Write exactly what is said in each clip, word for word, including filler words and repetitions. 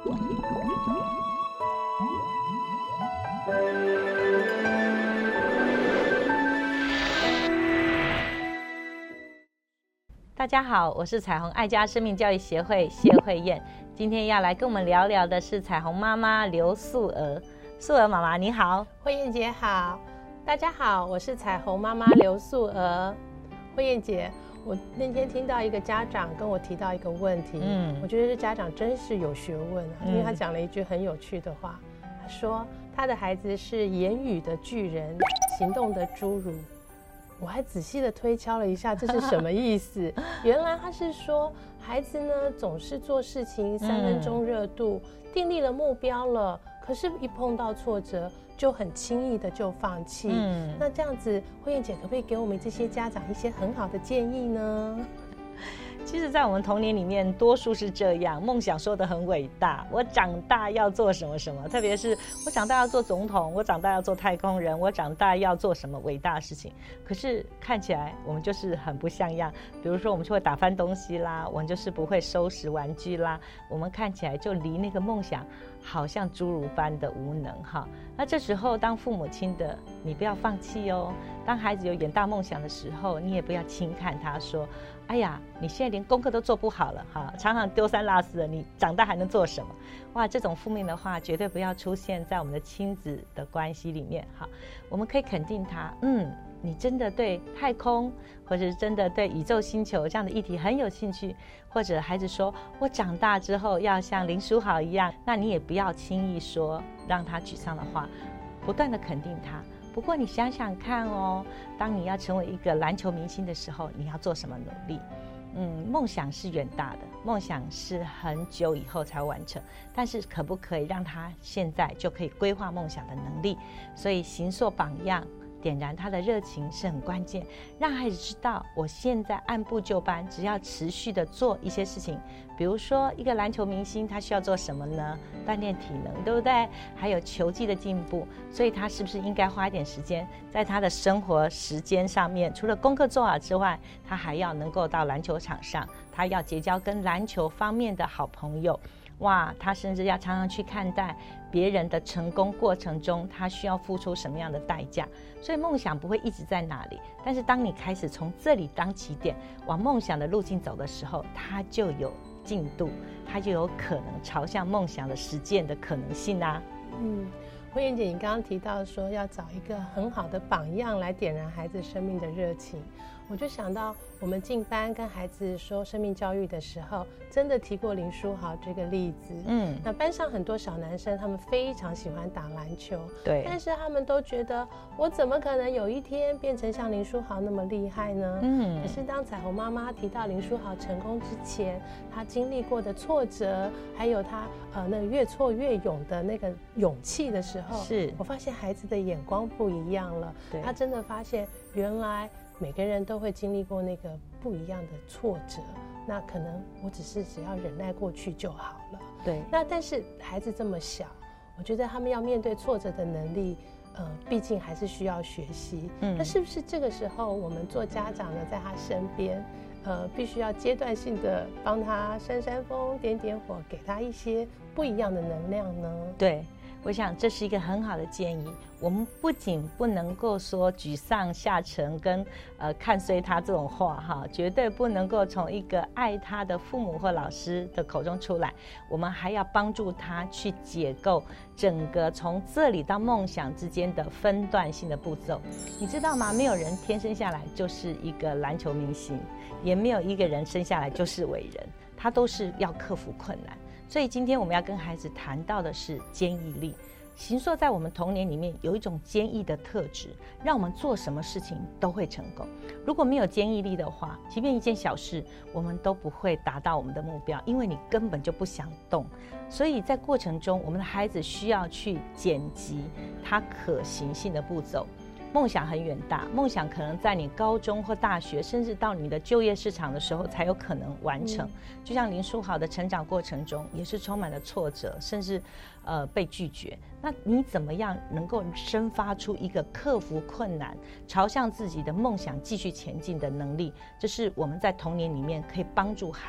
大家好，我是彩虹爱家生命教育协会谢慧燕，今天要来跟我们聊聊的是彩虹妈妈刘素娥。素娥妈妈你好。 慧燕姐好。大家好，我是彩虹妈妈刘素娥。慧燕姐，我那天听到一个家长跟我提到一个问题，嗯，我觉得这家长真是有学问啊，因为他讲了一句很有趣的话，他说他的孩子是言语的巨人，行动的侏儒。我还仔细的推敲了一下，这是什么意思？原来他是说，孩子呢总是做事情三分钟热度，嗯、订立了目标了，可是一碰到挫折就很轻易的就放弃。嗯，那这样子，慧燕姐可不可以给我们这些家长一些很好的建议呢？ 其实在我们童年里面多数是这样，梦想说得很伟大，我长大要做什么什么，特别是我长大要做总统，我长大要做太空人，我长大要做什么伟大的事情，可是看起来我们就是很不像样。比如说我们就会打翻东西啦，我们就是不会收拾玩具啦，我们看起来就离那个梦想好像侏儒般的无能哈。那这时候当父母亲的你不要放弃哦，当孩子有远大梦想的时候，你也不要轻看他说，哎呀你现在连功课都做不好了哈，常常丢三落四的，你长大还能做什么？哇，这种负面的话绝对不要出现在我们的亲子的关系里面哈。我们可以肯定他，嗯，你真的对太空或者是真的对宇宙星球这样的议题很有兴趣，或者孩子说我长大之后要像林书豪一样，那你也不要轻易说让他沮丧的话，不断的肯定他。不过你想想看哦，当你要成为一个篮球明星的时候，你要做什么努力？嗯，梦想是远大的，梦想是很久以后才完成，但是可不可以让他现在就可以规划梦想的能力？所以形塑榜样，点燃他的热情是很关键，让孩子知道我现在按部就班，只要持续的做一些事情。比如说一个篮球明星他需要做什么呢？锻炼体能，对不对？还有球技的进步，所以他是不是应该花一点时间在他的生活时间上面，除了功课做好之外，他还要能够到篮球场上，他要结交跟篮球方面的好朋友。哇，他甚至要常常去看待别人的成功过程中他需要付出什么样的代价。所以梦想不会一直在那里，但是当你开始从这里当起点往梦想的路径走的时候，它就有进度，它就有可能朝向梦想的实践的可能性啊。 嗯，慧燕姐，你刚刚提到说要找一个很好的榜样来点燃孩子生命的热情，我就想到我们进班跟孩子说生命教育的时候，真的提过林书豪这个例子。嗯，那班上很多小男生，他们非常喜欢打篮球， 对， 但是他们都觉得我怎么可能有一天变成像林书豪那么厉害呢？嗯，可是当彩虹妈妈提到林书豪成功之前，他经历过的挫折，还有他呃那个越挫越勇的那个勇气的时候， 是我发现孩子的眼光不一样了。他真的发现原来每个人都会经历过那个不一样的挫折，那可能我只是只要忍耐过去就好了。 对， 那但是孩子这么小，我觉得他们要面对挫折的能力，呃，毕竟还是需要学习。嗯，那是不是这个时候我们做家长的在他身边，呃，必须要阶段性的帮他扇扇风、点点火，给他一些不一样的能量呢？ 对，我想这是一个很好的建议。我们不仅不能够说沮丧下沉跟呃看衰他这种话哈，绝对不能够从一个爱他的父母或老师的口中出来。我们还要帮助他去解构整个从这里到梦想之间的分段性的步骤。你知道吗？没有人天生下来就是一个篮球明星，也没有一个人生下来就是伟人，他都是要克服困难。所以今天我们要跟孩子谈到的是坚毅力。形塑在我们童年里面有一种坚毅的特质，让我们做什么事情都会成功。如果没有坚毅力的话，即便一件小事我们都不会达到我们的目标，因为你根本就不想动。所以在过程中，我们的孩子需要去剪辑它可行性的步骤。梦想很远大，梦想可能在你高中或大学，甚至到你的就业市场的时候才有可能完成。嗯、就像林书豪的成长过程中，也是充满了挫折，甚至呃被拒绝。那你怎么样能够生发出一个克服困难，朝向自己的梦想继续前进的能力？这是我们在童年里面可以帮助孩子。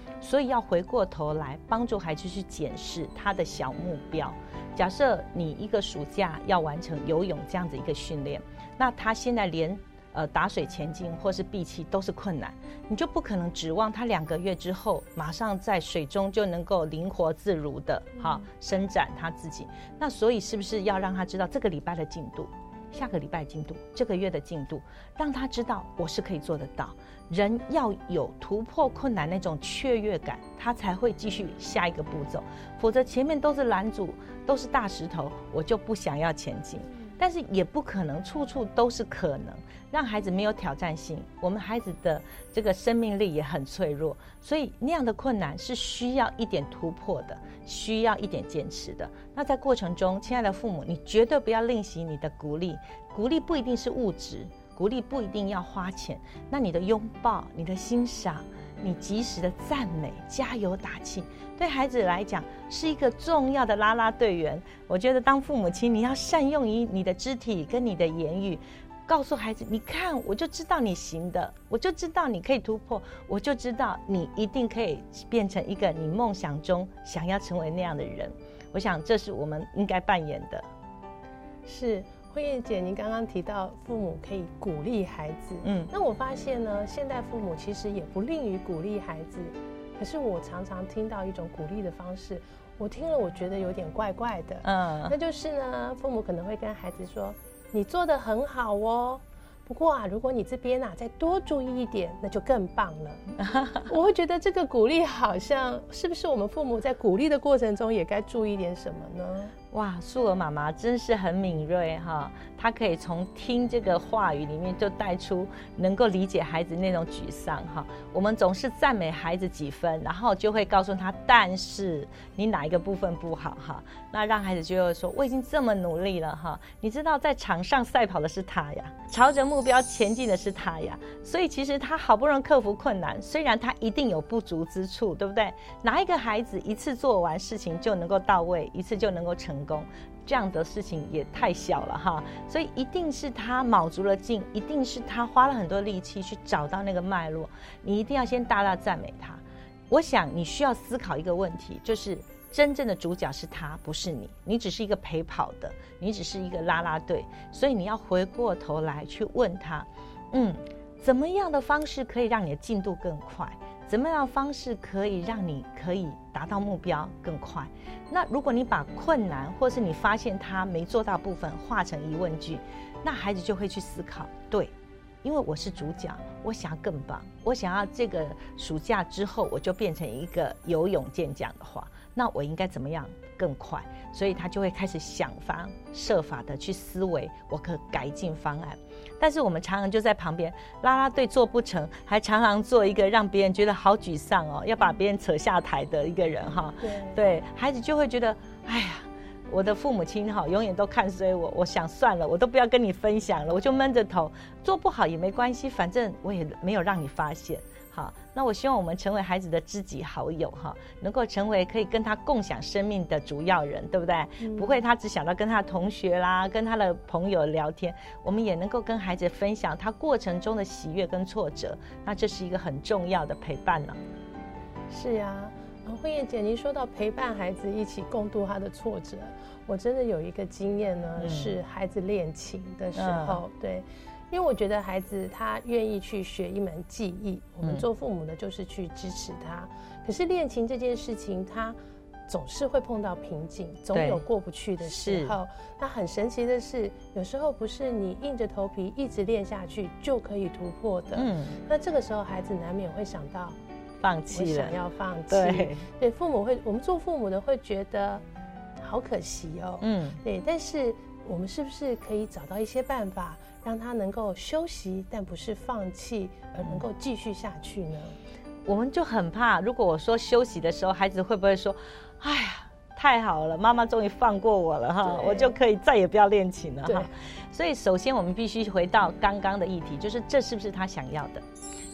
所以要回过头来帮助孩子去检视他的小目标。假设你一个暑假要完成游泳这样子一个训练，那他现在连呃打水前进或是闭气都是困难，你就不可能指望他两个月之后马上在水中就能够灵活自如的哈伸展他自己。那所以是不是要让他知道这个礼拜的进度，下个礼拜进度，这个月的进度，让他知道我是可以做得到。人要有突破困难那种雀跃感，他才会继续下一个步骤，否则前面都是拦阻，都是大石头，我就不想要前进。但是也不可能处处都是可能，让孩子没有挑战性。我们孩子的这个生命力也很脆弱，所以那样的困难是需要一点突破的，需要一点坚持的。那在过程中，亲爱的父母，你绝对不要吝惜你的鼓励，鼓励不一定是物质，鼓励不一定要花钱，那你的拥抱，你的欣赏，你及时的赞美，加油打气，对孩子来讲是一个重要的啦啦队员。我觉得当父母亲，你要善用于你的肢体跟你的言语，告诉孩子，你看，我就知道你行的，我就知道你可以突破，我就知道你一定可以变成一个你梦想中想要成为那样的人。我想这是我们应该扮演的。 是慧燕姐，您刚刚提到父母可以鼓励孩子，嗯，那我发现呢，现代父母其实也不吝于鼓励孩子，可是我常常听到一种鼓励的方式，我听了我觉得有点怪怪的，嗯，那就是呢，父母可能会跟孩子说，你做得很好哦，不过啊，如果你这边啊再多注意一点，那就更棒了。我会觉得这个鼓励好像是不是我们父母在鼓励的过程中也该注意点什么呢？ 哇，素娥妈妈真是很敏锐哈，她可以从听这个话语里面就带出能够理解孩子那种沮丧哈。我们总是赞美孩子几分，然后就会告诉他，但是你哪一个部分不好哈？那让孩子就会说，我已经这么努力了哈。你知道在场上赛跑的是他呀，朝着目标前进的是他呀，所以其实他好不容易克服困难，虽然他一定有不足之处，对不对？哪一个孩子一次做完事情就能够到位，一次就能够成功？这样的事情也太小了哈，所以一定是他卯足了劲，一定是他花了很多力气去找到那个脉络。你一定要先大大赞美他。我想你需要思考一个问题，就是真正的主角是他，不是你，你只是一个陪跑的，你只是一个啦啦队，所以你要回过头来去问他，嗯，怎么样的方式可以让你的进度更快？怎么样的方式可以让你可以达到目标更快？那如果你把困难或是你发现他没做到部分化成疑问句，那孩子就会去思考，对，因为我是主角，我想要更棒，我想要这个暑假之后我就变成一个游泳健将的话，那我应该怎么样更快？所以他就会开始想方设法的去思维我可改进方案。但是我们常常就在旁边啦啦队做不成，还常常做一个让别人觉得好沮丧哦，要把别人扯下台的一个人哈。对，对，孩子就会觉得，哎呀，我的父母亲哈永远都看衰我，我想算了，我都不要跟你分享了，我就闷着头，做不好也没关系，反正我也没有让你发现。好，那我希望我们成为孩子的知己好友哈，能够成为可以跟他共享生命的主要人，对不对？嗯、不会他只想到跟他的同学啦，跟他的朋友聊天，我们也能够跟孩子分享他过程中的喜悦跟挫折，那这是一个很重要的陪伴呢。 是呀、啊，慧燕姐，您说到陪伴孩子一起共度他的挫折，我真的有一个经验呢，嗯、是孩子练琴的时候，嗯、对。因为我觉得孩子他愿意去学一门技艺，我们做父母的就是去支持他。嗯、可是练琴这件事情，他总是会碰到瓶颈，总有过不去的时候。那很神奇的是，有时候不是你硬着头皮一直练下去就可以突破的。嗯，那这个时候孩子难免会想到放弃了， 我想要放弃。 对， 对，父母会，我们做父母的会觉得好可惜哦。嗯，对，但是我们是不是可以找到一些办法？让他能够休息，但不是放弃，而能够继续下去呢？ 我们就很怕，如果我说休息的时候，孩子会不会说：“哎呀，太好了，妈妈终于放过我了哈，我就可以再也不要练琴了哈。”所以，首先我们必须回到刚刚的议题，就是这是不是他想要的？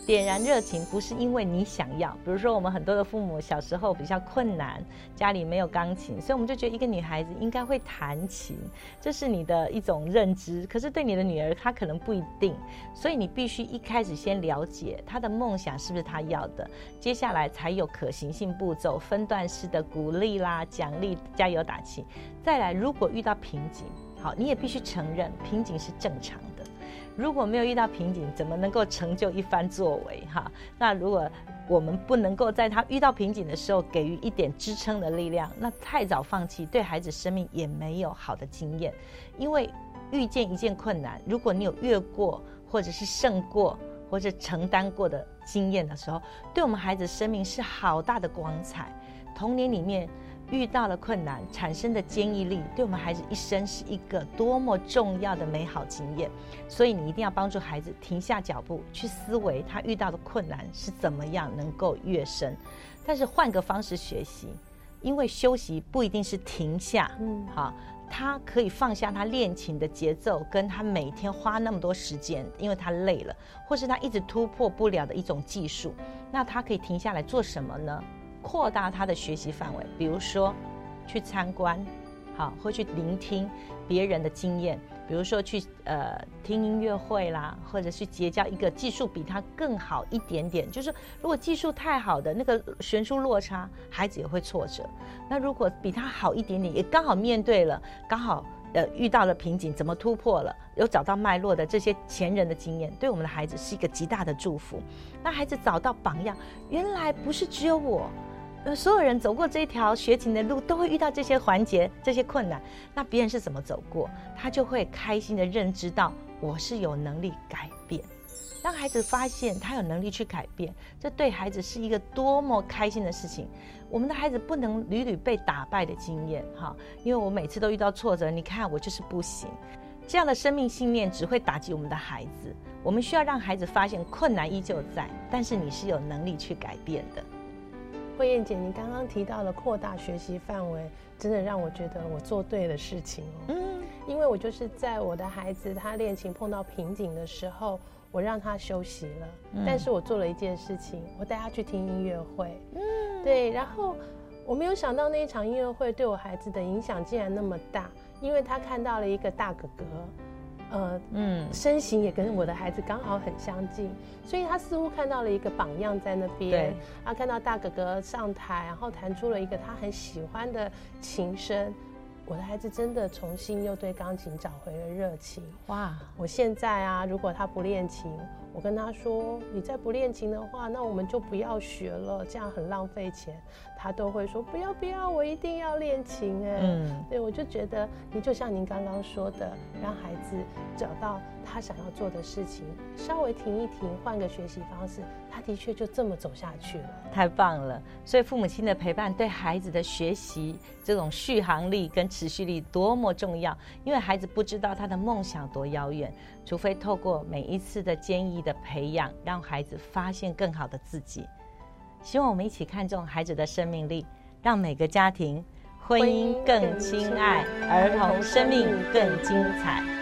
点燃热情不是因为你想要，比如说我们很多的父母小时候比较困难，家里没有钢琴，所以我们就觉得一个女孩子应该会弹琴，这是你的一种认知。可是对你的女儿她可能不一定，所以你必须一开始先了解她的梦想是不是她要的，接下来才有可行性步骤，分段式的鼓励啦、奖励、加油打气。再来，如果遇到瓶颈，好，你也必须承认瓶颈是正常的。如果没有遇到瓶颈，怎么能够成就一番作为哈？那如果我们不能够在他遇到瓶颈的时候给予一点支撑的力量，那太早放弃，对孩子生命也没有好的经验。因为遇见一件困难，如果你有越过或者是胜过或者承担过的经验的时候，对我们孩子生命是好大的光彩。童年里面遇到了困难产生的坚毅力，对我们孩子一生是一个多么重要的美好经验。所以你一定要帮助孩子停下脚步，去思维他遇到的困难是怎么样能够跃升。但是换个方式学习，因为休息不一定是停下，嗯，好，他可以放下他练琴的节奏，跟他每天花那么多时间，因为他累了，或是他一直突破不了的一种技术，那他可以停下来做什么呢？扩大他的学习范围，比如说去参观，好，或去聆听别人的经验，比如说去呃听音乐会啦，或者是结交一个技术比他更好一点点。就是如果技术太好的那个悬殊落差，孩子也会挫折。那如果比他好一点点，也刚好面对了，刚好呃遇到了瓶颈，怎么突破了，有找到脉络的这些前人的经验，对我们的孩子是一个极大的祝福。那孩子找到榜样，原来不是只有我。呃，所有人走过这一条学琴的路，都会遇到这些环节、这些困难。那别人是怎么走过，他就会开心的认知到，我是有能力改变。让孩子发现他有能力去改变，这对孩子是一个多么开心的事情。我们的孩子不能屡屡被打败的经验，哈，因为我每次都遇到挫折，你看我就是不行。这样的生命信念只会打击我们的孩子。我们需要让孩子发现困难依旧在，但是你是有能力去改变的。 慧燕姐，你刚刚提到了扩大学习范围，真的让我觉得我做对了事情哦。嗯，因为我就是在我的孩子他练琴碰到瓶颈的时候，我让他休息了，嗯、但是我做了一件事情，我带他去听音乐会。嗯，对，然后我没有想到那一场音乐会对我孩子的影响竟然那么大，因为他看到了一个大哥哥。呃，嗯，身形也跟我的孩子刚好很相近，所以他似乎看到了一个榜样在那边。他看到大哥哥上台，然后弹出了一个他很喜欢的琴声。我的孩子真的重新又对钢琴找回了热情。哇！我现在啊，如果他不练琴，我跟他说：“你再不练琴的话，那我们就不要学了，这样很浪费钱。”他都会说：“不要不要，我一定要练琴。”哎，嗯，对，我就觉得你就像您刚刚说的，让孩子找到他想要做的事情，稍微停一停，换个学习方式，他的确就这么走下去了。 太棒了！所以父母亲的陪伴对孩子的学习这种续航力跟持续力多么重要，因为孩子不知道他的梦想多遥远，除非透过每一次的坚毅的培养，让孩子发现更好的自己。希望我们一起看重孩子的生命力，让每个家庭婚姻更亲爱，儿童生命更精彩。